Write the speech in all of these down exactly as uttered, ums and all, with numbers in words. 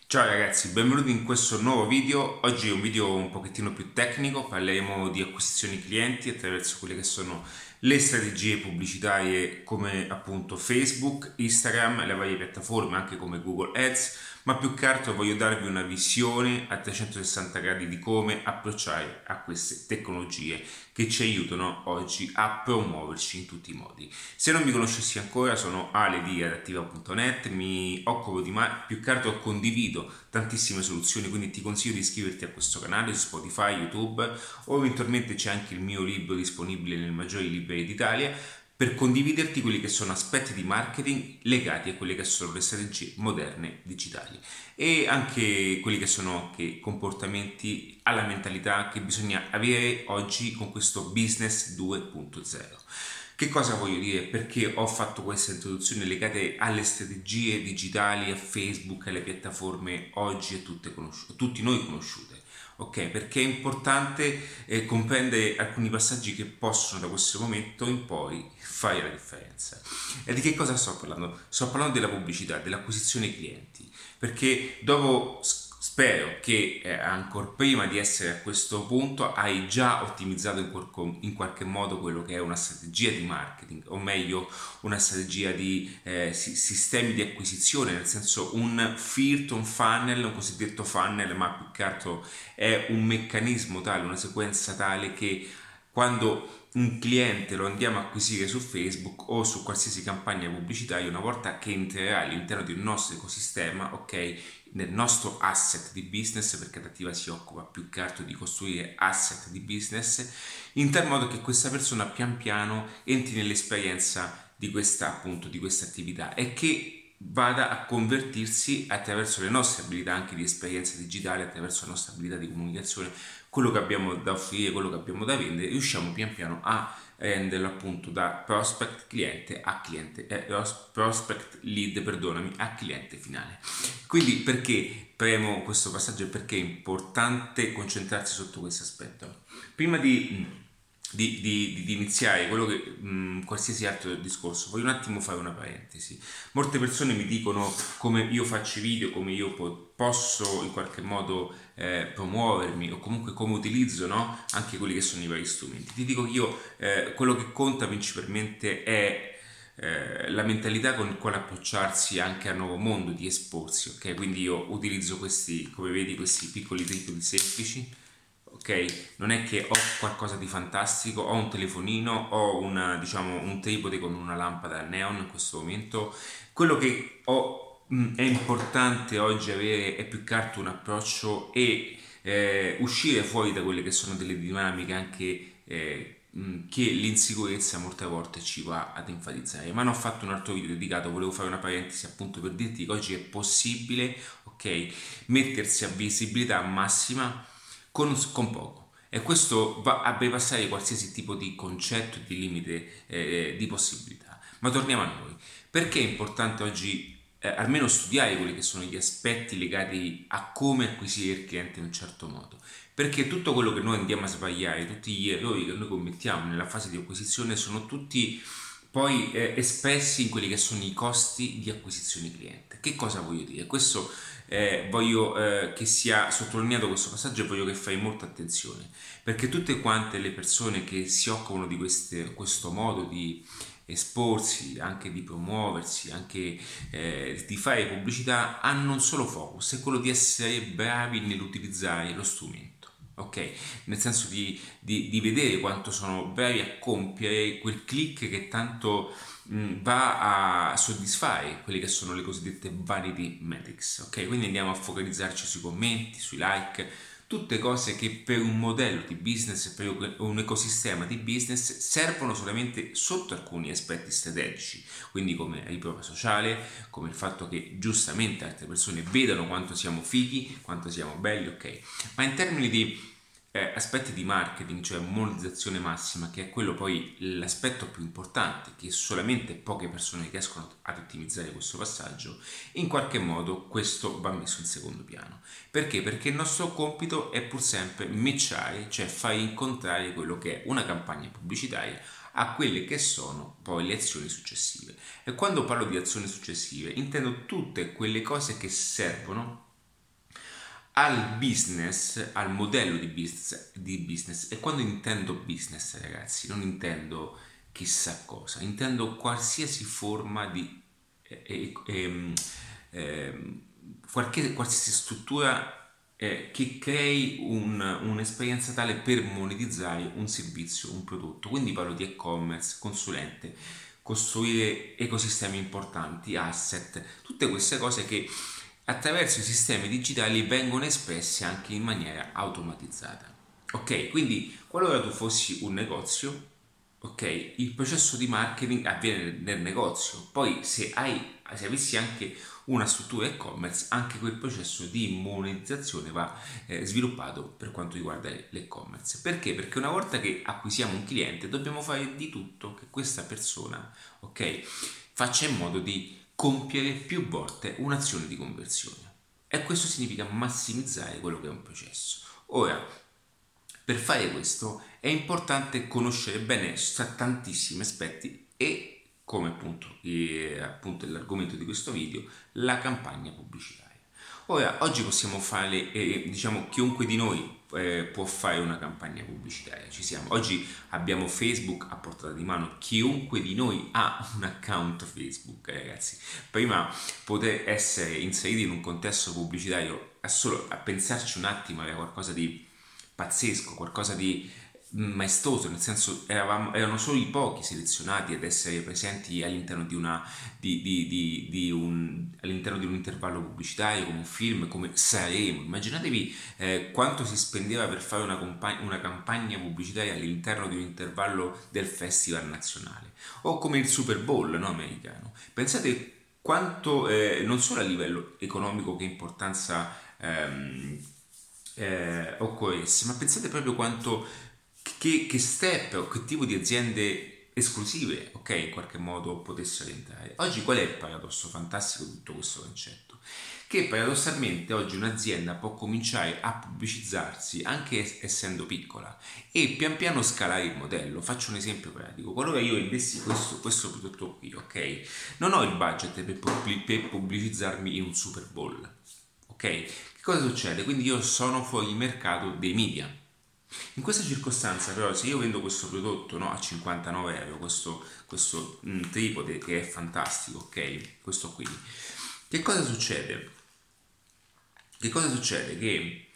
Ciao ragazzi, benvenuti in questo nuovo video. Oggi è un video un pochettino più tecnico, parleremo di acquisizioni clienti attraverso quelle che sono le strategie pubblicitarie come appunto Facebook, Instagram, le varie piattaforme anche come Google Ads, ma più che altro voglio darvi una visione a trecentosessanta gradi di come approcciare a queste tecnologie che ci aiutano oggi a promuoverci in tutti i modi. Se non mi conoscessi ancora, sono Ale di adattiva punto net, mi occupo di ma- più che altro condivido tantissime soluzioni, quindi ti consiglio di iscriverti a questo canale su Spotify, YouTube o eventualmente c'è anche il mio libro disponibile nelle maggiori librerie d'Italia per condividerti quelli che sono aspetti di marketing legati a quelle che sono le strategie moderne digitali e anche quelli che sono anche comportamenti alla mentalità che bisogna avere oggi con questo business due punto zero. Che cosa voglio dire? Perché ho fatto questa introduzione legate alle strategie digitali, a Facebook, alle piattaforme oggi e tutte conosciute, tutti noi conosciute. Ok, perché è importante eh, comprendere alcuni passaggi che possono da questo momento in poi fare la differenza. E di che cosa sto parlando? Sto parlando della pubblicità, dell'acquisizione clienti, perché dopo spero che eh, ancora prima di essere a questo punto hai già ottimizzato in, qualco, in qualche modo quello che è una strategia di marketing, o meglio una strategia di eh, sistemi di acquisizione, nel senso un filtro, un funnel, un cosiddetto funnel, ma più che altro è un meccanismo tale, una sequenza tale che quando un cliente lo andiamo a acquisire su Facebook o su qualsiasi campagna pubblicitaria, una volta che entrerà all'interno del nostro ecosistema, ok, nel nostro asset di business, perché Adattiva si occupa più che altro di costruire asset di business, in tal modo che questa persona pian piano entri nell'esperienza di questa appunto di questa attività e che vada a convertirsi attraverso le nostre abilità anche di esperienza digitale, attraverso la nostra abilità di comunicazione, quello che abbiamo da offrire, quello che abbiamo da vendere, riusciamo pian piano a renderlo appunto da prospect cliente a cliente, eh, prospect lead, perdonami, a cliente finale. Quindi perché premo questo passaggio? Perché è importante concentrarsi sotto questo aspetto. Prima di di, di, di iniziare quello che mh, qualsiasi altro discorso, voglio un attimo fare una parentesi. Molte persone mi dicono come io faccio i video, come io po- posso in qualche modo eh, promuovermi o comunque come utilizzo, no? Anche quelli che sono i vari strumenti. Ti dico che io eh, quello che conta principalmente è eh, la mentalità con il quale approcciarsi anche al nuovo mondo, di esporsi, ok? Quindi io utilizzo questi, come vedi, questi piccoli tripodi semplici, ok? Non è che ho qualcosa di fantastico, ho un telefonino, ho una, diciamo, un tripode con una lampada neon in questo momento. Quello che ho, mh, è importante oggi avere è più che altro un approccio e eh, uscire fuori da quelle che sono delle dinamiche anche eh, mh, che l'insicurezza molte volte ci va ad enfatizzare. Ma non ho fatto un altro video dedicato, volevo fare una parentesi appunto per dirti che oggi è possibile, ok, mettersi a visibilità massima con, con poco. E questo va a bypassare qualsiasi tipo di concetto, di limite, eh, di possibilità. Ma torniamo a noi. Perché è importante oggi eh, almeno studiare quelli che sono gli aspetti legati a come acquisire il cliente in un certo modo? Perché tutto quello che noi andiamo a sbagliare, tutti gli errori che noi commettiamo nella fase di acquisizione sono tutti poi eh, espressi in quelli che sono i costi di acquisizione cliente. Che cosa voglio dire? Questo eh, voglio eh, che sia sottolineato questo passaggio e voglio che fai molta attenzione, perché tutte quante le persone che si occupano di queste, questo modo di esporsi, anche di promuoversi, anche eh, di fare pubblicità, hanno un solo focus, è quello di essere bravi nell'utilizzare lo strumento. Ok, nel senso di, di, di vedere quanto sono bravi a compiere quel click che tanto mh, va a soddisfare quelle che sono le cosiddette vanity metrics. Ok, quindi andiamo a focalizzarci sui commenti, sui like, tutte cose che per un modello di business, per un ecosistema di business servono solamente sotto alcuni aspetti strategici, quindi come riprova sociale, come il fatto che giustamente altre persone vedano quanto siamo fighi, quanto siamo belli, ok, ma in termini di eh, aspetti di marketing, cioè monetizzazione massima, che è quello poi l'aspetto più importante, che solamente poche persone riescono ad ottimizzare questo passaggio, in qualche modo questo va messo in secondo piano. Perché? Perché il nostro compito è pur sempre matchare, cioè far incontrare quello che è una campagna pubblicitaria a quelle che sono poi le azioni successive. E quando parlo di azioni successive intendo tutte quelle cose che servono al business, al modello di business, di business. E quando intendo business, ragazzi, non intendo chissà cosa, intendo qualsiasi forma di eh, eh, eh, qualche, qualsiasi struttura eh, che crei un, un'esperienza tale per monetizzare un servizio, un prodotto. Quindi parlo di e-commerce, consulente, costruire ecosistemi importanti, asset, tutte queste cose che attraverso i sistemi digitali vengono espressi anche in maniera automatizzata. Ok, quindi qualora tu fossi un negozio, ok, il processo di marketing avviene nel negozio. Poi se hai se avessi anche una struttura e-commerce, anche quel processo di monetizzazione va eh, sviluppato per quanto riguarda l'e-commerce. Perché? Perché una volta che acquisiamo un cliente dobbiamo fare di tutto che questa persona, ok, faccia in modo di compiere più volte un'azione di conversione. E questo significa massimizzare quello che è un processo. Ora, per fare questo è importante conoscere bene tantissimi aspetti e, come appunto, eh, appunto l'argomento di questo video, la campagna pubblicitaria. Ora, oggi possiamo fare, eh, diciamo, chiunque di noi eh, può fare una campagna pubblicitaria, ci siamo. Oggi abbiamo Facebook a portata di mano, chiunque di noi ha un account Facebook, ragazzi. Prima poter essere inseriti in un contesto pubblicitario, a solo a pensarci un attimo, era qualcosa di pazzesco, qualcosa di maestoso, nel senso eravamo, erano solo i pochi selezionati ad essere presenti all'interno di una di, di, di, di un all'interno di un intervallo pubblicitario come un film, come Sanremo. Immaginatevi eh, quanto si spendeva per fare una, compa- una campagna pubblicitaria all'interno di un intervallo del festival nazionale o come il Super Bowl, no, americano. Pensate quanto eh, non solo a livello economico che importanza ehm, eh, occorresse, ma pensate proprio quanto che, che step o che tipo di aziende esclusive, ok, in qualche modo potessero entrare. Oggi qual è il paradosso fantastico di tutto questo concetto? Che paradossalmente oggi un'azienda può cominciare a pubblicizzarsi anche essendo piccola e pian piano scalare il modello. Faccio un esempio pratico: qualora io indessi questo, questo prodotto qui, ok, non ho il budget per, per pubblicizzarmi in un Super Bowl, ok? Che cosa succede? Quindi io sono fuori mercato dei media. In questa circostanza però, se io vendo questo prodotto, no, a cinquantanove euro, questo, questo mh, tripode che è fantastico, ok, questo qui, che cosa succede? Che cosa succede? Che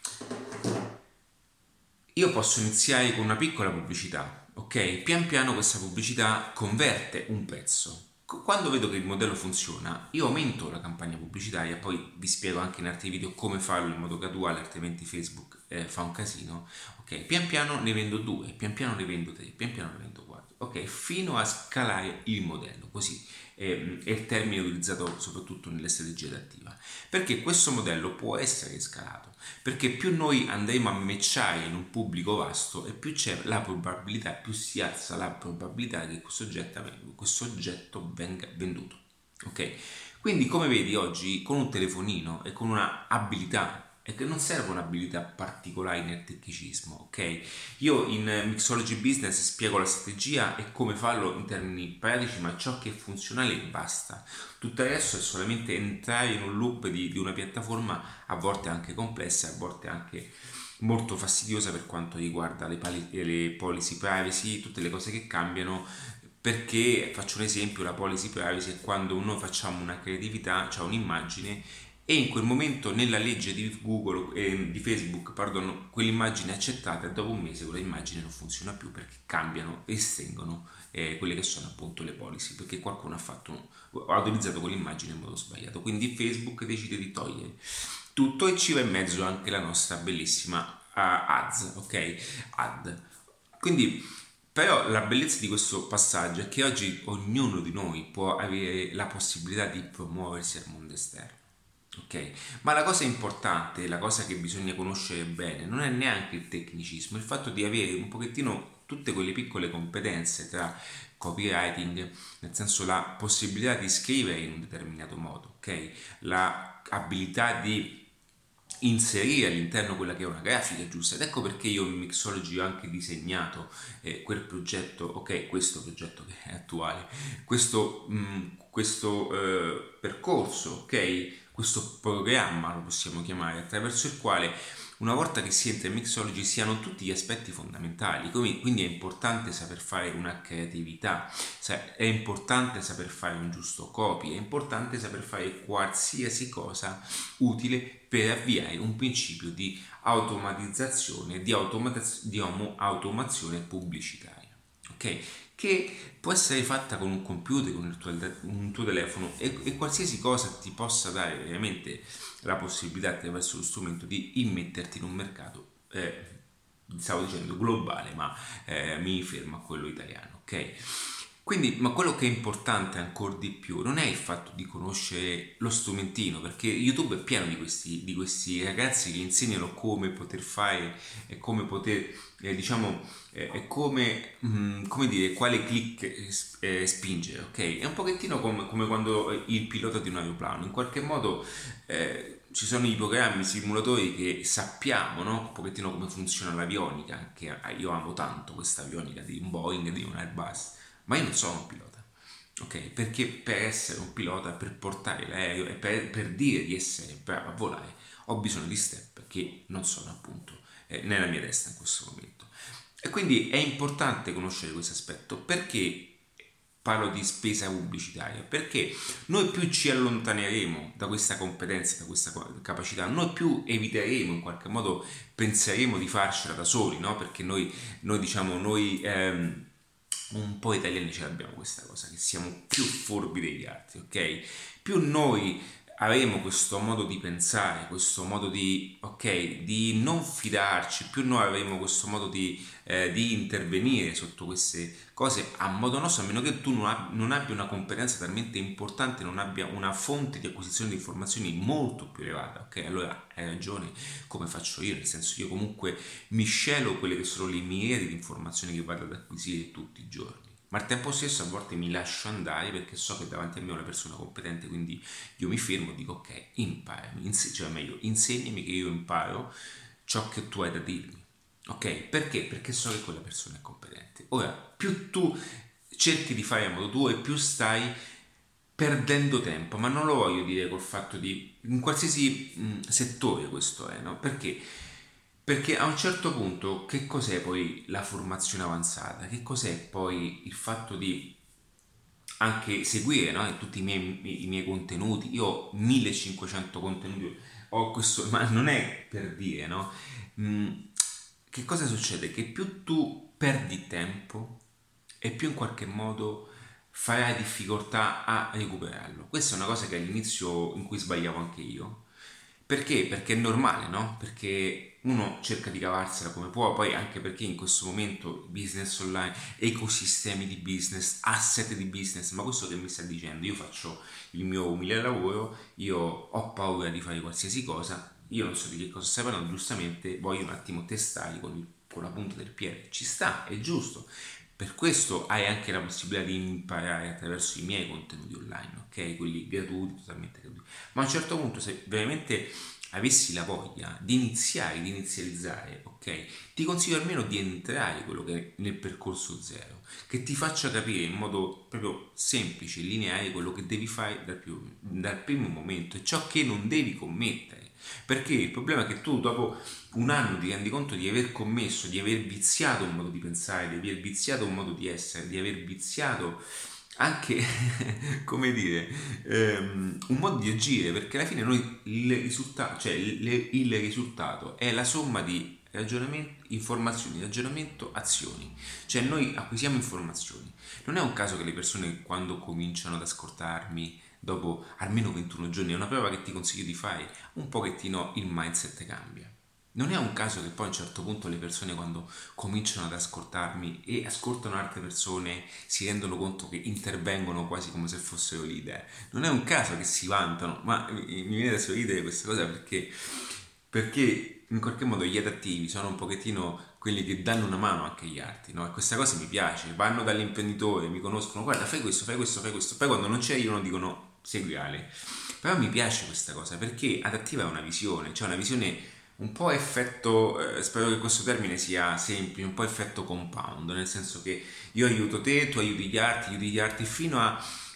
io posso iniziare con una piccola pubblicità, ok? Pian piano questa pubblicità converte un pezzo. Quando vedo che il modello funziona, io aumento la campagna pubblicitaria, poi vi spiego anche in altri video come farlo in modo graduale, altrimenti Facebook eh, fa un casino. Ok, pian piano ne vendo due, pian piano ne vendo tre, pian piano ne vendo quattro, ok, fino a scalare il modello, così eh, è il termine utilizzato soprattutto nelle strategie adattiva. Perché questo modello può essere scalato? Perché più noi andremo a matchare in un pubblico vasto e più c'è la probabilità, più si alza la probabilità che questo oggetto, questo oggetto venga venduto. Ok? Quindi come vedi oggi con un telefonino e con una abilità, e che non serve un'abilità particolare nel tecnicismo, ok? Io in Mixology Business spiego la strategia e come farlo in termini pratici, ma ciò che è funzionale basta. Tutto il resto è solamente entrare in un loop di, di una piattaforma a volte anche complessa, a volte anche molto fastidiosa per quanto riguarda le, pali- le policy privacy, tutte le cose che cambiano. Perché faccio un esempio: la policy privacy è quando noi facciamo una creatività, cioè un'immagine, e in quel momento nella legge di Google eh, di Facebook, pardon, quell'immagine è accettata e dopo un mese quell'immagine non funziona più perché cambiano e estengono eh, quelle che sono appunto le policy, perché qualcuno ha fatto ha utilizzato quell'immagine in modo sbagliato. Quindi Facebook decide di togliere tutto e ci va in mezzo anche la nostra bellissima uh, ads, ok? Ad. Quindi però la bellezza di questo passaggio è che oggi ognuno di noi può avere la possibilità di promuoversi al mondo esterno. Ok, ma la cosa importante, la cosa che bisogna conoscere bene, non è neanche il tecnicismo, il fatto di avere un pochettino tutte quelle piccole competenze tra copywriting, nel senso la possibilità di scrivere in un determinato modo, ok? La abilità di inserire all'interno quella che è una grafica giusta, ed ecco perché io in Mixology ho anche disegnato eh, quel progetto, ok, questo progetto che è attuale, questo, mh, questo eh, percorso, ok, questo programma, lo possiamo chiamare, attraverso il quale una volta che si entra in Mixology si hanno tutti gli aspetti fondamentali, quindi è importante saper fare una creatività, è importante saper fare un giusto copy, è importante saper fare qualsiasi cosa utile per avviare un principio di automatizzazione, di, automaz- di automazione pubblicitaria, ok? Che può essere fatta con un computer, con il tuo, un tuo telefono e, e qualsiasi cosa ti possa dare veramente la possibilità attraverso lo strumento di immetterti in un mercato, eh, stavo dicendo globale, ma eh, mi fermo a quello italiano, ok? Quindi, ma quello che è importante ancora di più non è il fatto di conoscere lo strumentino, perché YouTube è pieno di questi, di questi ragazzi che insegnano come poter fare e come poter, eh, diciamo, eh, come, mh, come dire, quale click eh, spingere, ok? È un pochettino come, come quando il pilota di un aeroplano, in qualche modo eh, ci sono i programmi, i simulatori che sappiamo, no? Un pochettino come funziona l'avionica, che io amo tanto questa avionica di un Boeing, di un Airbus, ma io non sono un pilota, ok? Perché per essere un pilota, per portare l'aereo e per, per dire di essere bravo a volare, ho bisogno di step che non sono appunto eh, nella mia testa in questo momento. E quindi è importante conoscere questo aspetto. Perché parlo di spesa pubblicitaria? Perché noi più ci allontaneremo da questa competenza, da questa capacità, noi più eviteremo, in qualche modo penseremo di farcela da soli, no? Perché noi, noi diciamo, noi... Ehm, un po' italiani ce l'abbiamo questa cosa, che siamo più furbi degli altri, ok? Più noi avremo questo modo di pensare, questo modo di, ok, di non fidarci, più noi avremo questo modo di, eh, di intervenire sotto queste cose a modo nostro, a meno che tu non, ab- non abbia una competenza talmente importante, non abbia una fonte di acquisizione di informazioni molto più elevata, ok? Allora hai ragione, come faccio io, nel senso io comunque miscelo quelle che sono le miriadi di informazioni che vado ad acquisire tutti i giorni, ma al tempo stesso a volte mi lascio andare perché so che davanti a me è una persona competente, quindi io mi fermo e dico ok, imparami, ins- cioè meglio, insegnami che io imparo ciò che tu hai da dirmi, ok? Perché? Perché so che quella persona è competente. Ora, più tu cerchi di fare a modo tuo e più stai perdendo tempo, ma non lo voglio dire col fatto di in qualsiasi mh, settore questo è, no? Perché? Perché a un certo punto che cos'è poi la formazione avanzata? Che cos'è poi il fatto di anche seguire, no? Tutti i miei, i miei contenuti? Io ho millecinquecento contenuti, ho questo, ma non è per dire, no? Mm, che cosa succede? Che più tu perdi tempo e più in qualche modo farai difficoltà a recuperarlo. Questa è una cosa che all'inizio in cui sbagliavo anche io. Perché? Perché è normale, no? Perché uno cerca di cavarsela come può, poi anche perché in questo momento business online, ecosistemi di business, asset di business, ma questo che mi sta dicendo? Io faccio il mio umile lavoro, io ho paura di fare qualsiasi cosa, io non so di che cosa stai parlando, giustamente voglio un attimo testare con, il, con la punta del piede, ci sta, è giusto. Per questo hai anche la possibilità di imparare attraverso i miei contenuti online, ok? Quelli gratuiti, totalmente gratuiti. Ma a un certo punto, se veramente avessi la voglia di iniziare, di inizializzare, ok? Ti consiglio almeno di entrare quello che è nel percorso zero, che ti faccia capire in modo proprio semplice, lineare, quello che devi fare dal, più, dal primo momento e ciò che non devi commettere. Perché il problema è che tu dopo un anno ti rendi conto di aver commesso, di aver viziato un modo di pensare, di aver viziato un modo di essere, di aver viziato anche, come dire, ehm, un modo di agire, perché alla fine noi il risultato, cioè il, il risultato è la somma di ragionamento, informazioni, ragionamento, azioni. Cioè noi acquisiamo informazioni. Non è un caso che le persone quando cominciano ad ascoltarmi dopo almeno ventuno giorni, è una prova che ti consiglio di fare, un pochettino il mindset cambia. Non è un caso che poi a un certo punto le persone quando cominciano ad ascoltarmi e ascoltano altre persone si rendono conto che intervengono quasi come se fossero leader. Non è un caso che si vantano, ma mi viene da sorridere questa cosa perché, perché in qualche modo gli adattivi sono un pochettino quelli che danno una mano anche agli altri, no? E questa cosa mi piace, vanno dall'imprenditore, mi conoscono, guarda fai questo, fai questo, fai questo, poi quando non ci arrivano dicono segui Ale. Però mi piace questa cosa perché adattiva è una visione, cioè una visione un po' effetto, eh, spero che questo termine sia semplice, un po' effetto compound, nel senso che io aiuto te, tu aiuti gli altri, aiuti gli altri fino a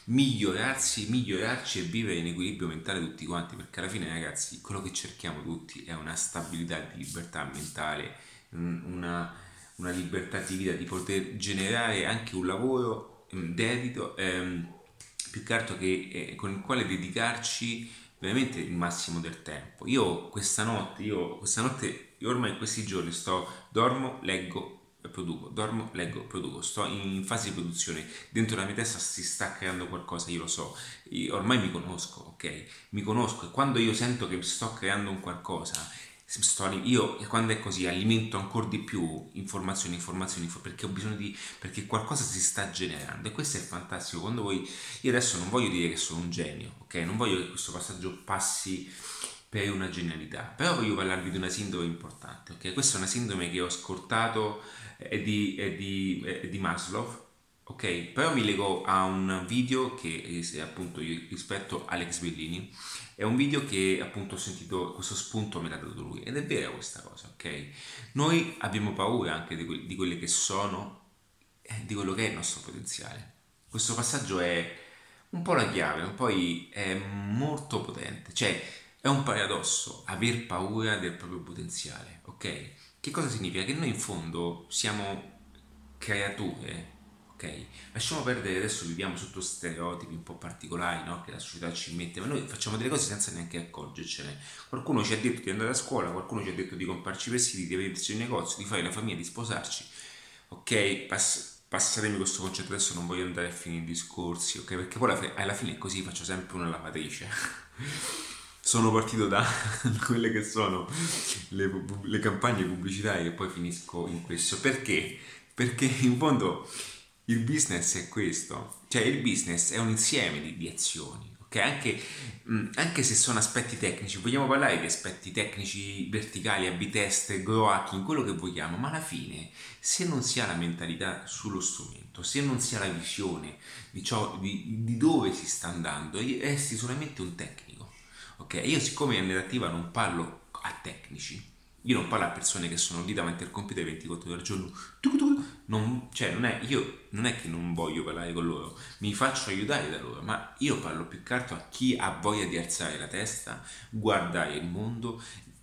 migliorarsi, migliorarci e vivere in equilibrio mentale tutti quanti, perché alla fine ragazzi quello che cerchiamo tutti è una stabilità di libertà mentale, una, una libertà di vita, di poter generare anche un lavoro ehm, dedito, ehm, più che altro che eh, con il quale dedicarci veramente il massimo del tempo. Io questa notte, io questa notte, io ormai in questi giorni sto, dormo, leggo e produco, dormo, leggo, produco, sto in fase di produzione, dentro la mia testa si sta creando qualcosa, io lo so, io ormai mi conosco, ok? Mi conosco e quando io sento che sto creando un qualcosa, sto, io quando è così alimento ancora di più informazioni, informazioni, perché ho bisogno di, perché qualcosa si sta generando e questo è fantastico. Quando voi, io adesso non voglio dire che sono un genio, ok? Non voglio che questo passaggio passi per una genialità, però voglio parlarvi di una sindrome importante, ok? Questa è una sindrome che ho ascoltato, è di, è di, è di Maslow, ok? Però mi lego a un video che è appunto io rispetto Alex Bellini, è un video che appunto ho sentito, questo spunto me l'ha dato lui ed è vera questa cosa, ok? Noi abbiamo paura anche di, que- di quelle che sono, eh, di quello che è il nostro potenziale. Questo passaggio è un po' la chiave, ma poi è molto potente, cioè è un paradosso aver paura del proprio potenziale, ok? Che cosa significa? Che noi in fondo siamo creature, ok? Lasciamo perdere, adesso viviamo sotto stereotipi un po' particolari, no? Che la società ci mette, ma noi facciamo delle cose senza neanche accorgercene. Qualcuno ci ha detto di andare a scuola, qualcuno ci ha detto di comprarci i vestiti, di averci un negozio, di fare la famiglia, di sposarci, ok? Pass- passatemi questo concetto, adesso non voglio andare a finire i discorsi, ok? Perché poi alla fi- alla fine è così, faccio sempre una lavatrice. Sono partito da quelle che sono le, pub- le campagne pubblicitarie e poi finisco in questo. Perché? Perché in fondo il business è questo, cioè il business è un insieme di, di azioni, ok? Anche, mh, anche se sono aspetti tecnici, vogliamo parlare di aspetti tecnici verticali, A B test, grow hacking, quello che vogliamo, ma alla fine se non si ha la mentalità sullo strumento, se non si ha la visione di, ciò, di, di dove si sta andando, resti solamente un tecnico, ok? Io siccome in narrativa non parlo a tecnici, io non parlo a persone che sono lì davanti al computer ventiquattro ore al giorno, tuc, tuc, non, cioè non è, io non è che non voglio parlare con loro, mi faccio aiutare da loro, ma io parlo più che altro a chi ha voglia di alzare la testa, guardare il mondo,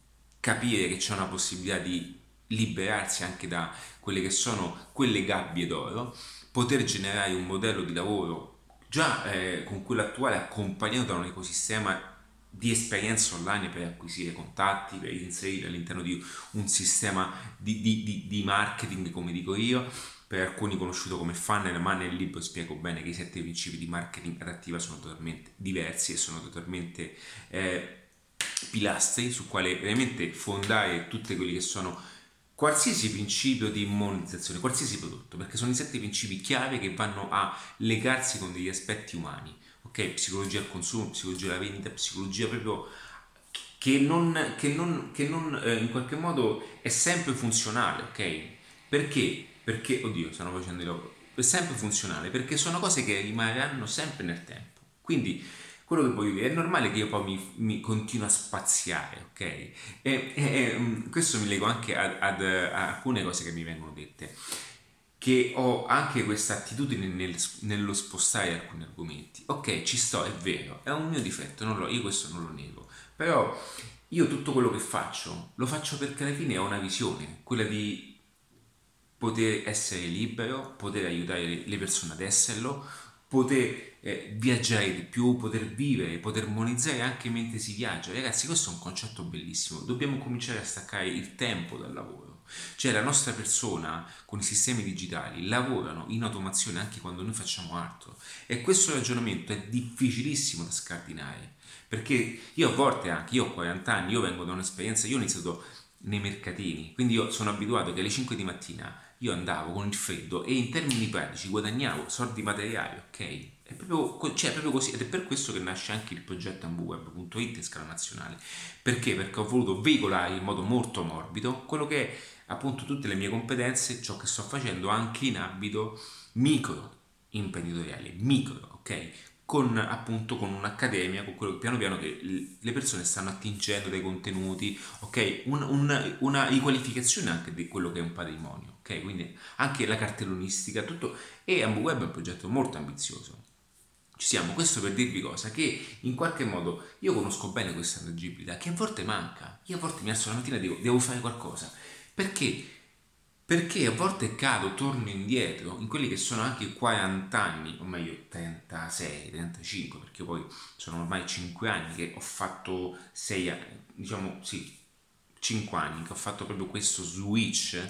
capire che c'è una possibilità di liberarsi anche da quelle che sono quelle gabbie d'oro, poter generare un modello di lavoro già eh, con quello attuale accompagnato da un ecosistema di esperienza online per acquisire contatti, per inserire all'interno di un sistema di, di, di, di marketing, come dico io, per alcuni conosciuto come funnel, ma nel libro spiego bene che i sette principi di marketing adattiva sono totalmente diversi e sono totalmente eh, pilastri su quale veramente fondare tutti quelli che sono qualsiasi principio di monetizzazione, qualsiasi prodotto, perché sono i sette principi chiave che vanno a legarsi con degli aspetti umani, ok? Psicologia al consumo, psicologia alla vendita, psicologia proprio che non, che non, che non eh, in qualche modo è sempre funzionale, ok? Perché? Perché, oddio, stanno facendo i lavori, è sempre funzionale, perché sono cose che rimarranno sempre nel tempo. Quindi, quello che voglio dire, è normale che io poi mi, mi continuo a spaziare, ok? E, e, e um, questo mi lego anche ad, ad, a alcune cose che mi vengono dette, che ho anche questa attitudine nel- nello spostare alcuni argomenti. Ok, ci sto, è vero, è un mio difetto, non lo- io questo non lo nego, però io tutto quello che faccio lo faccio perché alla fine ho una visione, quella di poter essere libero, poter aiutare le persone ad esserlo, poter eh, viaggiare di più, poter vivere, poter monetizzare anche mentre si viaggia. Ragazzi, questo è un concetto bellissimo. Dobbiamo cominciare a staccare il tempo dal lavoro. Cioè la nostra persona con i sistemi digitali lavorano in automazione anche quando noi facciamo altro. E questo ragionamento è difficilissimo da scardinare. Perché io a volte anche, io ho quaranta anni, io vengo da un'esperienza, io ho iniziato nei mercatini, quindi io sono abituato che alle cinque di mattina io andavo con il freddo e in termini pratici guadagnavo soldi materiali, ok? È proprio, cioè, è proprio così ed è per questo che nasce anche il progetto ambuweb punto it in scala nazionale. Perché? Perché ho voluto veicolare in modo molto morbido quello che è appunto tutte le mie competenze, ciò che sto facendo anche in ambito micro imprenditoriale, micro, ok? Con appunto con un'accademia, con quello piano piano che le persone stanno attingendo dai contenuti, ok? Un- un- una riqualificazione anche di quello che è un patrimonio, ok? Quindi anche la cartellonistica, tutto. E AmbuWeb è un progetto molto ambizioso. Ci siamo, questo per dirvi cosa, che in qualche modo io conosco bene questa tangibilità, che a volte manca. Io a volte mi alzo la mattina e dico, devo fare qualcosa. Perché? Perché a volte cado, torno indietro in quelli che sono anche i quaranta anni, o meglio trentasei, trentacinque, perché poi sono ormai cinque anni che ho fatto sei anni, diciamo sì, cinque anni che ho fatto proprio questo switch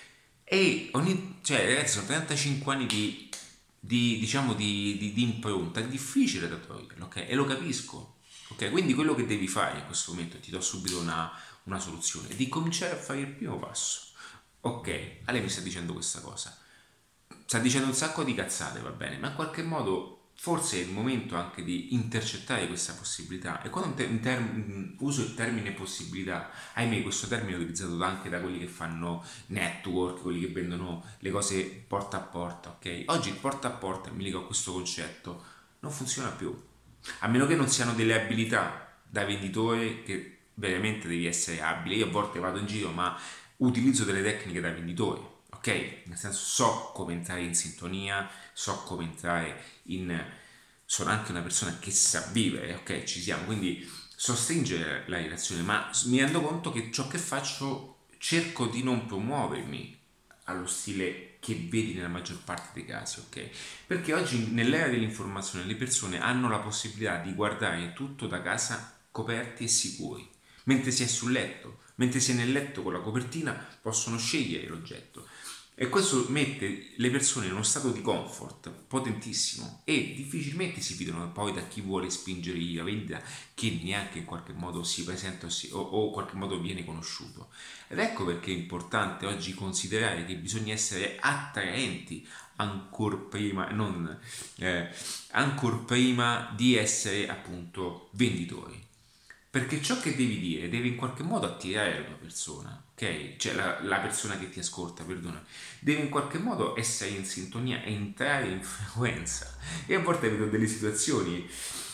e ogni, cioè ragazzi sono trentacinque anni di, di diciamo di, di, di impronta, è difficile da toglierlo, ok? E lo capisco, ok? Quindi quello che devi fare in questo momento, ti do subito una, una soluzione, è di cominciare a fare il primo passo. Ok, Ale mi sta dicendo questa cosa, sta dicendo un sacco di cazzate, va bene, ma in qualche modo forse è il momento anche di intercettare questa possibilità. E quando in term- uso il termine possibilità, ahimè, questo termine è utilizzato anche da quelli che fanno network, quelli che vendono le cose porta a porta, ok? Oggi il porta a porta, mi leggo a questo concetto, non funziona più, a meno che non siano delle abilità da venditore che veramente devi essere abile. Io a volte vado in giro, ma utilizzo delle tecniche da venditore, ok? Nel senso, so come entrare in sintonia, so come entrare in... sono anche una persona che sa vivere, ok? Ci siamo, quindi so stringere la relazione, ma mi rendo conto che ciò che faccio cerco di non promuovermi allo stile che vedi nella maggior parte dei casi, ok? Perché oggi nell'era dell'informazione le persone hanno la possibilità di guardare tutto da casa coperti e sicuri, mentre si è sul letto, mentre si è nel letto con la copertina possono scegliere l'oggetto. E questo mette le persone in uno stato di comfort potentissimo e difficilmente si fidano poi da chi vuole spingere la vendita, che neanche in qualche modo si presenta o, si, o, o in qualche modo viene conosciuto. Ed ecco perché è importante oggi considerare che bisogna essere attraenti ancor prima, non, eh, ancor prima di essere appunto venditori. Perché ciò che devi dire deve in qualche modo attirare la tua persona, ok? Cioè la, la persona che ti ascolta, perdona, deve in qualche modo essere in sintonia, entrare in frequenza. E a volte vedo delle situazioni,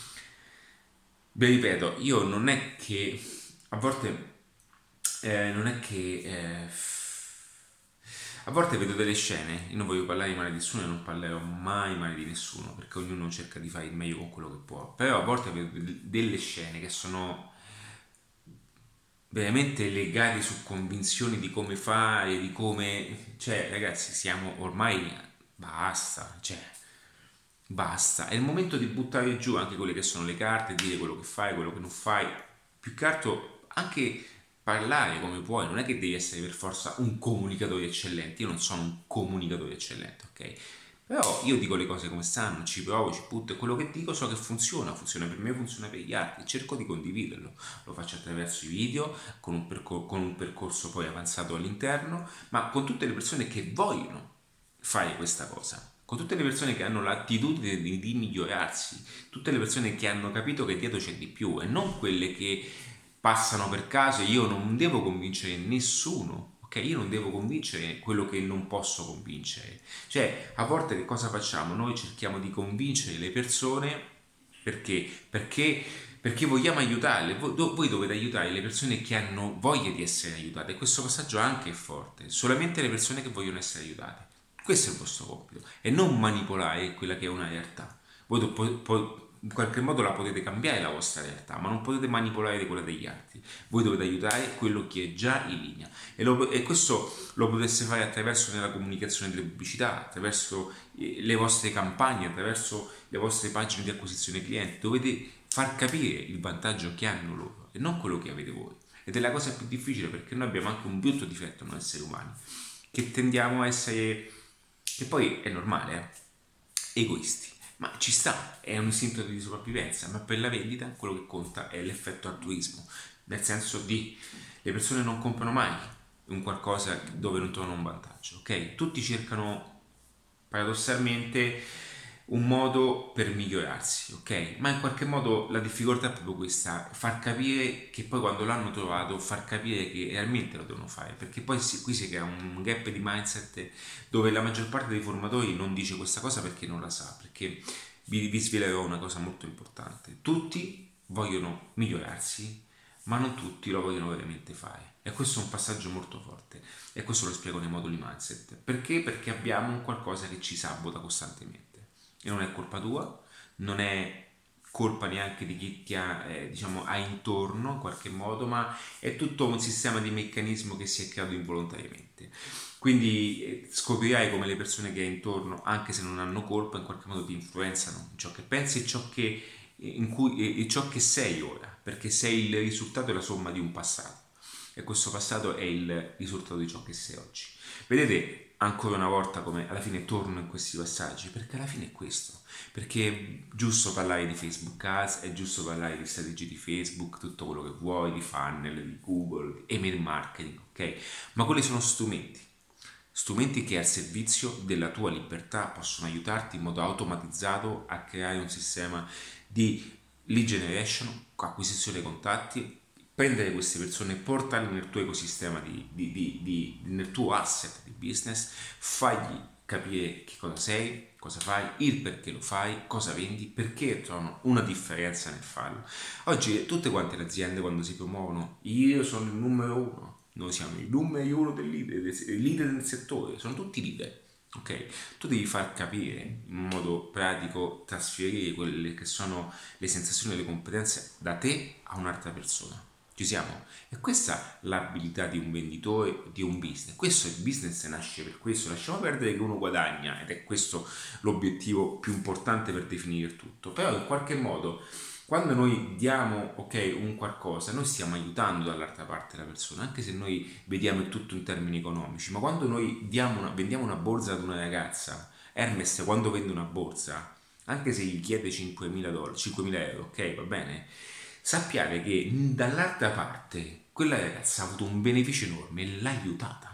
vi ripeto, io non è che a volte eh, non è che eh, a volte vedo delle scene, io non voglio parlare male di nessuno e non parlerò mai male di nessuno perché ognuno cerca di fare il meglio con quello che può, però a volte vedo delle scene che sono veramente legati su convinzioni di come fare, di come... Cioè, ragazzi, siamo ormai... Basta, cioè... Basta. È il momento di buttare giù anche quelle che sono le carte, dire quello che fai, quello che non fai. Più che altro anche parlare come puoi. Non è che devi essere per forza un comunicatore eccellente. Io non sono un comunicatore eccellente, ok? Però io dico le cose come stanno, ci provo, ci butto e quello che dico so che funziona, funziona per me, funziona per gli altri, cerco di condividerlo, lo faccio attraverso i video, con un, percor- con un percorso poi avanzato all'interno, ma con tutte le persone che vogliono fare questa cosa, con tutte le persone che hanno l'attitudine di, di migliorarsi, tutte le persone che hanno capito che dietro c'è di più e non quelle che passano per caso. Io non devo convincere nessuno, ok? Io non devo convincere quello che non posso convincere. Cioè, a volte che cosa facciamo? Noi cerchiamo di convincere le persone perché? Perché, perché vogliamo aiutarle. Voi, do- voi dovete aiutare le persone che hanno voglia di essere aiutate. E questo passaggio anche è forte. Solamente le persone che vogliono essere aiutate. Questo è il vostro compito. E non manipolare quella che è una realtà. Voi do- po- po- in qualche modo la potete cambiare la vostra realtà, ma non potete manipolare quella degli altri. Voi dovete aiutare quello che è già in linea. E, lo- e questo lo potreste fare attraverso nella comunicazione delle pubblicità, attraverso eh, le vostre campagne, attraverso le vostre pagine di acquisizione clienti. Dovete far capire il vantaggio che hanno loro e non quello che avete voi. Ed è la cosa più difficile perché noi abbiamo anche un brutto difetto noi esseri umani, che tendiamo a essere, che poi è normale, eh, egoisti. Ma ci sta, è un istinto di sopravvivenza, ma per la vendita quello che conta è l'effetto altruismo, nel senso di le persone non comprano mai un qualcosa dove non trovano un vantaggio, ok? Tutti cercano paradossalmente un modo per migliorarsi, ok? Ma in qualche modo la difficoltà è proprio questa, far capire che poi quando l'hanno trovato, far capire che realmente lo devono fare, perché poi si, qui si crea un gap di mindset dove la maggior parte dei formatori non dice questa cosa perché non la sa, perché vi, vi svelerò una cosa molto importante, tutti vogliono migliorarsi, ma non tutti lo vogliono veramente fare. E questo è un passaggio molto forte e questo lo spiego nei moduli mindset. Perché? Perché abbiamo un qualcosa che ci sabota costantemente e non è colpa tua, non è colpa neanche di chi ti ha, eh, diciamo, ha intorno in qualche modo, ma è tutto un sistema di meccanismo che si è creato involontariamente. Quindi eh, scoprirai come le persone che hai intorno, anche se non hanno colpa, in qualche modo ti influenzano in ciò che pensi e ciò che, in cui, e ciò che sei ora, perché sei il risultato e la somma di un passato, e questo passato è il risultato di ciò che sei oggi. Vedete ancora una volta come alla fine torno in questi passaggi, perché alla fine è questo, perché è giusto parlare di Facebook Ads, è giusto parlare di strategie di Facebook, tutto quello che vuoi, di funnel, di Google, email marketing, ok? Ma quelli sono strumenti strumenti che al servizio della tua libertà possono aiutarti in modo automatizzato a creare un sistema di lead generation, acquisizione contatti, prendere queste persone e portarle nel tuo ecosistema, di, di, di, di, nel tuo asset di business, fagli capire che cosa sei, cosa fai, il perché lo fai, cosa vendi, perché trovano una differenza nel farlo. Oggi tutte quante le aziende, quando si promuovono, io sono il numero uno, noi siamo i numeri uno del leader, del leader del settore, sono tutti leader, ok? Tu devi far capire in modo pratico, trasferire quelle che sono le sensazioni e le competenze da te a un'altra persona. Ci siamo? E questa è l'abilità di un venditore, di un business. Questo il business nasce per questo. Lasciamo perdere che uno guadagna, ed è questo l'obiettivo più importante per definire il tutto. Però in qualche modo, quando noi diamo, ok, un qualcosa, noi stiamo aiutando dall'altra parte la persona, anche se noi vediamo il tutto in termini economici. Ma quando noi diamo una, vendiamo una borsa ad una ragazza, Hermes quando vende una borsa, anche se gli chiede cinquemila dollari, cinquemila euro, ok, va bene? Sappiate che dall'altra parte quella ragazza ha avuto un beneficio enorme e l'ha aiutata,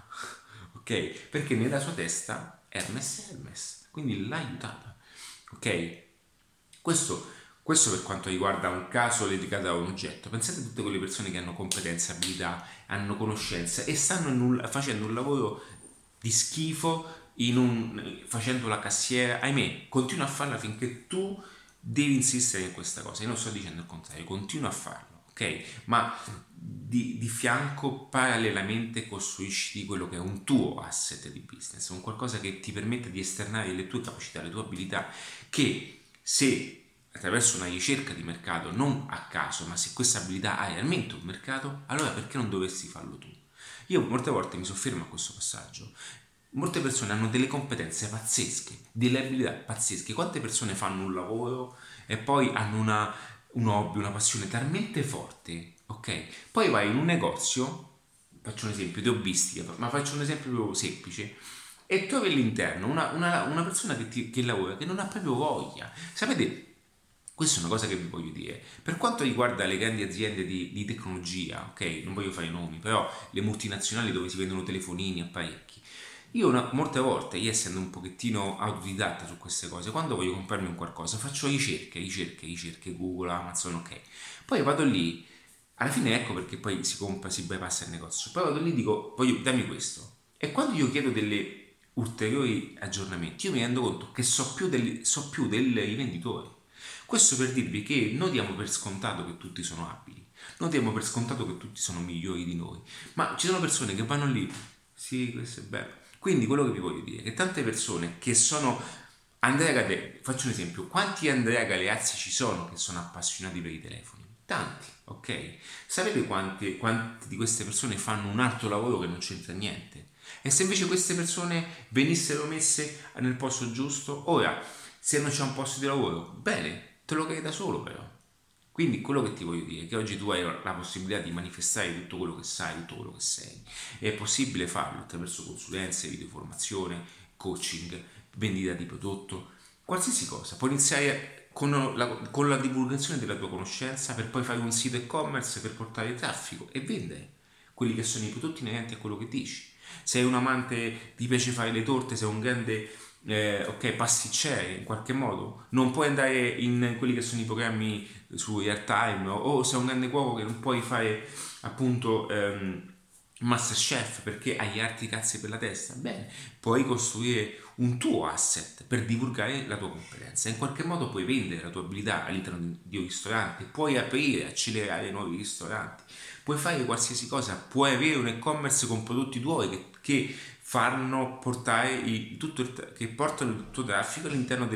ok? Perché nella sua testa Hermes è Hermes, quindi l'ha aiutata, ok? Questo, questo per quanto riguarda un caso dedicato a un oggetto. Pensate a tutte quelle persone che hanno competenze, abilità, hanno conoscenze e stanno in un, facendo un lavoro di schifo in un, facendo la cassiera, ahimè, continua a farla finché tu devi insistere in questa cosa. Io non sto dicendo il contrario, continua a farlo, ok? Ma di, di fianco parallelamente costruisci quello che è un tuo asset di business, un qualcosa che ti permette di esternare le tue capacità, le tue abilità, che se attraverso una ricerca di mercato, non a caso, ma se questa abilità hai realmente un mercato, allora perché non dovresti farlo tu? Io molte volte mi soffermo a questo passaggio. Molte persone hanno delle competenze pazzesche, delle abilità pazzesche. Quante persone fanno un lavoro e poi hanno una, un hobby, una passione talmente forte, ok? Poi vai in un negozio, faccio un esempio di hobbistica, ma faccio un esempio proprio semplice, e trovi all'interno una, una, una persona che, ti, che lavora, che non ha proprio voglia. Sapete, questa è una cosa che vi voglio dire. Per quanto riguarda le grandi aziende di, di tecnologia, ok? Non voglio fare i nomi, però le multinazionali dove si vendono telefonini, apparecchi. Io una, molte volte, io essendo un pochettino autodidatta su queste cose, quando voglio comprarmi un qualcosa, faccio ricerche, ricerche, ricerche, Google, Amazon, ok. Poi vado lì, alla fine ecco perché poi si compra, si bypassa il negozio. Poi vado lì e dico, voglio, dammi questo. E quando io chiedo delle ulteriori aggiornamenti, io mi rendo conto che so più del, so più del rivenditore. Questo per dirvi che noi diamo per scontato che tutti sono abili, non diamo per scontato che tutti sono migliori di noi, ma ci sono persone che vanno lì, sì, questo è bello. Quindi quello che vi voglio dire è che tante persone che sono Andrea Galeazzi, faccio un esempio, quanti Andrea Galeazzi ci sono che sono appassionati per i telefoni? Tanti, ok? Sapete quanti, quante di queste persone fanno un altro lavoro che non c'entra niente? E se invece queste persone venissero messe nel posto giusto, ora, se non c'è un posto di lavoro, bene, te lo crei da solo però. Quindi quello che ti voglio dire è che oggi tu hai la possibilità di manifestare tutto quello che sai, tutto quello che sei. E è possibile farlo attraverso consulenze, videoformazione, coaching, vendita di prodotto, qualsiasi cosa. Puoi iniziare con la, con la divulgazione della tua conoscenza per poi fare un sito e-commerce per portare traffico e vendere quelli che sono i prodotti inerenti a quello che dici. Sei un amante, ti piace fare le torte, sei un grande eh, ok, pasticcere in qualche modo, non puoi andare in quelli che sono i programmi su Airtime, o sei un grande cuoco che non puoi fare appunto ehm, Masterchef perché hai altri cazzi per la testa, bene, puoi costruire un tuo asset per divulgare la tua competenza, in qualche modo puoi vendere la tua abilità all'interno di un ristorante, puoi aprire, accelerare nuovi ristoranti, puoi fare qualsiasi cosa, puoi avere un e-commerce con prodotti tuoi che, che fanno portare il, tutto il, che portano il tuo traffico all'interno del,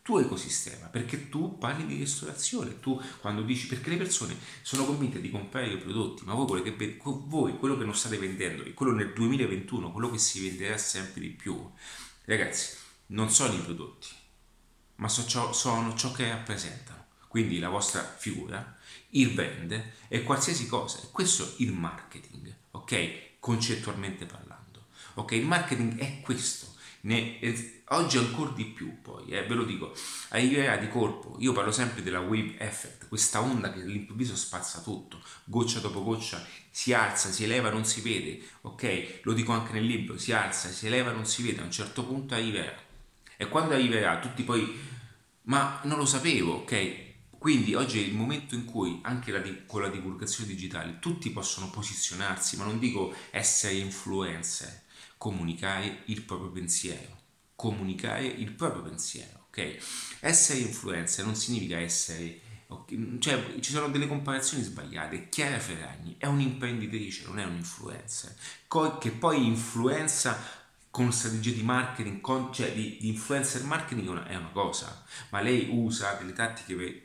tuo ecosistema, perché tu parli di ristorazione, tu quando dici, perché le persone sono convinte di comprare i prodotti, ma voi quello che, voi, quello che non state vendendo, quello nel duemilaventuno, quello che si venderà sempre di più, ragazzi, non sono i prodotti, ma so ciò, sono ciò che rappresentano, quindi la vostra figura, il brand e qualsiasi cosa, e questo è il marketing, ok? Concettualmente parlando, ok? Il marketing è questo. Ne, eh, oggi ancora di più poi, eh, ve lo dico, arriverà di colpo. Io parlo sempre della wave effect, questa onda che all'improvviso spazza tutto, goccia dopo goccia, si alza, si eleva, non si vede, ok? Lo dico anche nel libro, si alza, si eleva, non si vede, a un certo punto arriverà. E quando arriverà, tutti poi, ma non lo sapevo, ok? Quindi oggi è il momento in cui anche la, con la divulgazione digitale tutti possono posizionarsi, ma non dico essere influencer, comunicare il proprio pensiero, comunicare il proprio pensiero, ok? Essere influencer non significa essere, okay? Cioè ci sono delle comparazioni sbagliate. Chiara Ferragni è un'imprenditrice, non è un influencer, Co- che poi influenza con strategie di marketing, con, cioè di, di influencer marketing è una, è una cosa, ma lei usa delle tattiche per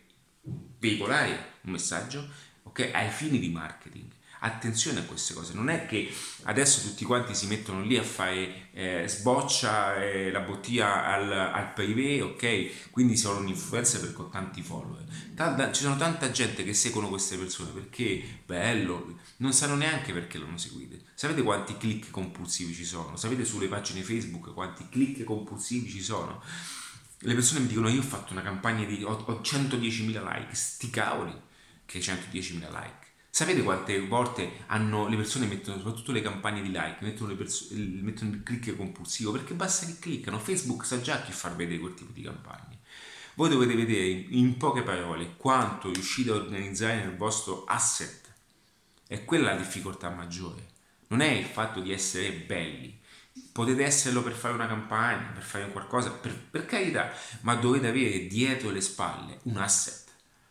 veicolare un messaggio, ok, ai fini di marketing. Attenzione a queste cose, non è che adesso tutti quanti si mettono lì a fare eh, sboccia eh, la bottiglia al, al privé, ok? Quindi sono un influencer per con tanti follower. Tanta, ci sono tanta gente che seguono queste persone perché bello, non sanno neanche perché l'hanno seguite. Sapete quanti click compulsivi ci sono? Sapete sulle pagine Facebook quanti click compulsivi ci sono? Le persone mi dicono io ho fatto una campagna di ho, ho centodiecimila like, sti cavoli che centodiecimila like. Sapete quante volte hanno, le persone mettono, soprattutto le campagne di like, mettono, le perso- mettono il click compulsivo perché basta che cliccano. Facebook sa già chi far vedere quel tipo di campagne. Voi dovete vedere in, in poche parole quanto riuscite a organizzare nel vostro asset. È quella la difficoltà maggiore. Non è il fatto di essere belli. Potete esserlo per fare una campagna, per fare qualcosa, per, per carità, ma dovete avere dietro le spalle un asset.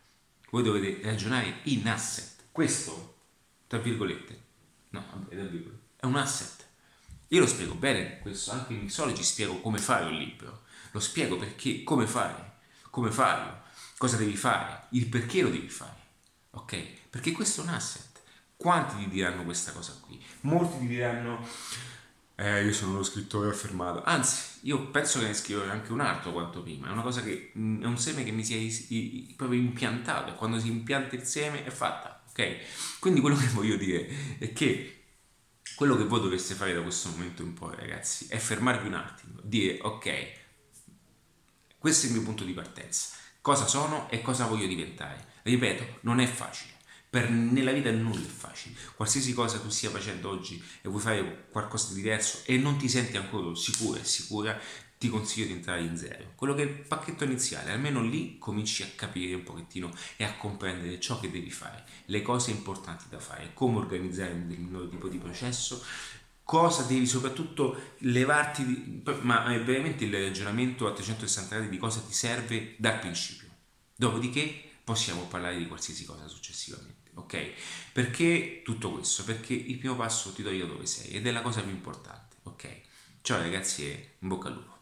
Voi dovete ragionare in asset. Questo, tra virgolette, no, vabbè, tra virgolette, è un asset. Io lo spiego bene questo, anche in Mixology spiego come fare un libro, lo spiego perché, come fare, come farlo, cosa devi fare, il perché lo devi fare, ok? Perché questo è un asset. Quanti ti diranno questa cosa qui? Molti ti diranno, eh, io sono uno scrittore affermato, anzi, io penso che ne scriverò anche un altro quanto prima, è una cosa che, mh, è un seme che mi si è is- i- proprio impiantato, e quando si impianta il seme è fatta, ok? Quindi quello che voglio dire è che quello che voi dovreste fare da questo momento in poi, ragazzi, è fermarvi un attimo, dire ok, questo è il mio punto di partenza, cosa sono e cosa voglio diventare. Ripeto, non è facile, per, nella vita nulla è facile, qualsiasi cosa tu stia facendo oggi e vuoi fare qualcosa di diverso e non ti senti ancora sicuro e sicura, ti consiglio di entrare in zero, quello che è il pacchetto iniziale, almeno lì cominci a capire un pochettino e a comprendere ciò che devi fare, le cose importanti da fare, come organizzare un determinato tipo di processo, cosa devi soprattutto levarti, di, ma è veramente il ragionamento a trecentosessanta gradi di cosa ti serve dal principio, dopodiché possiamo parlare di qualsiasi cosa successivamente, ok? Perché tutto questo? Perché il primo passo ti do io dove sei ed è la cosa più importante, ok? Ciao ragazzi e in bocca al lupo.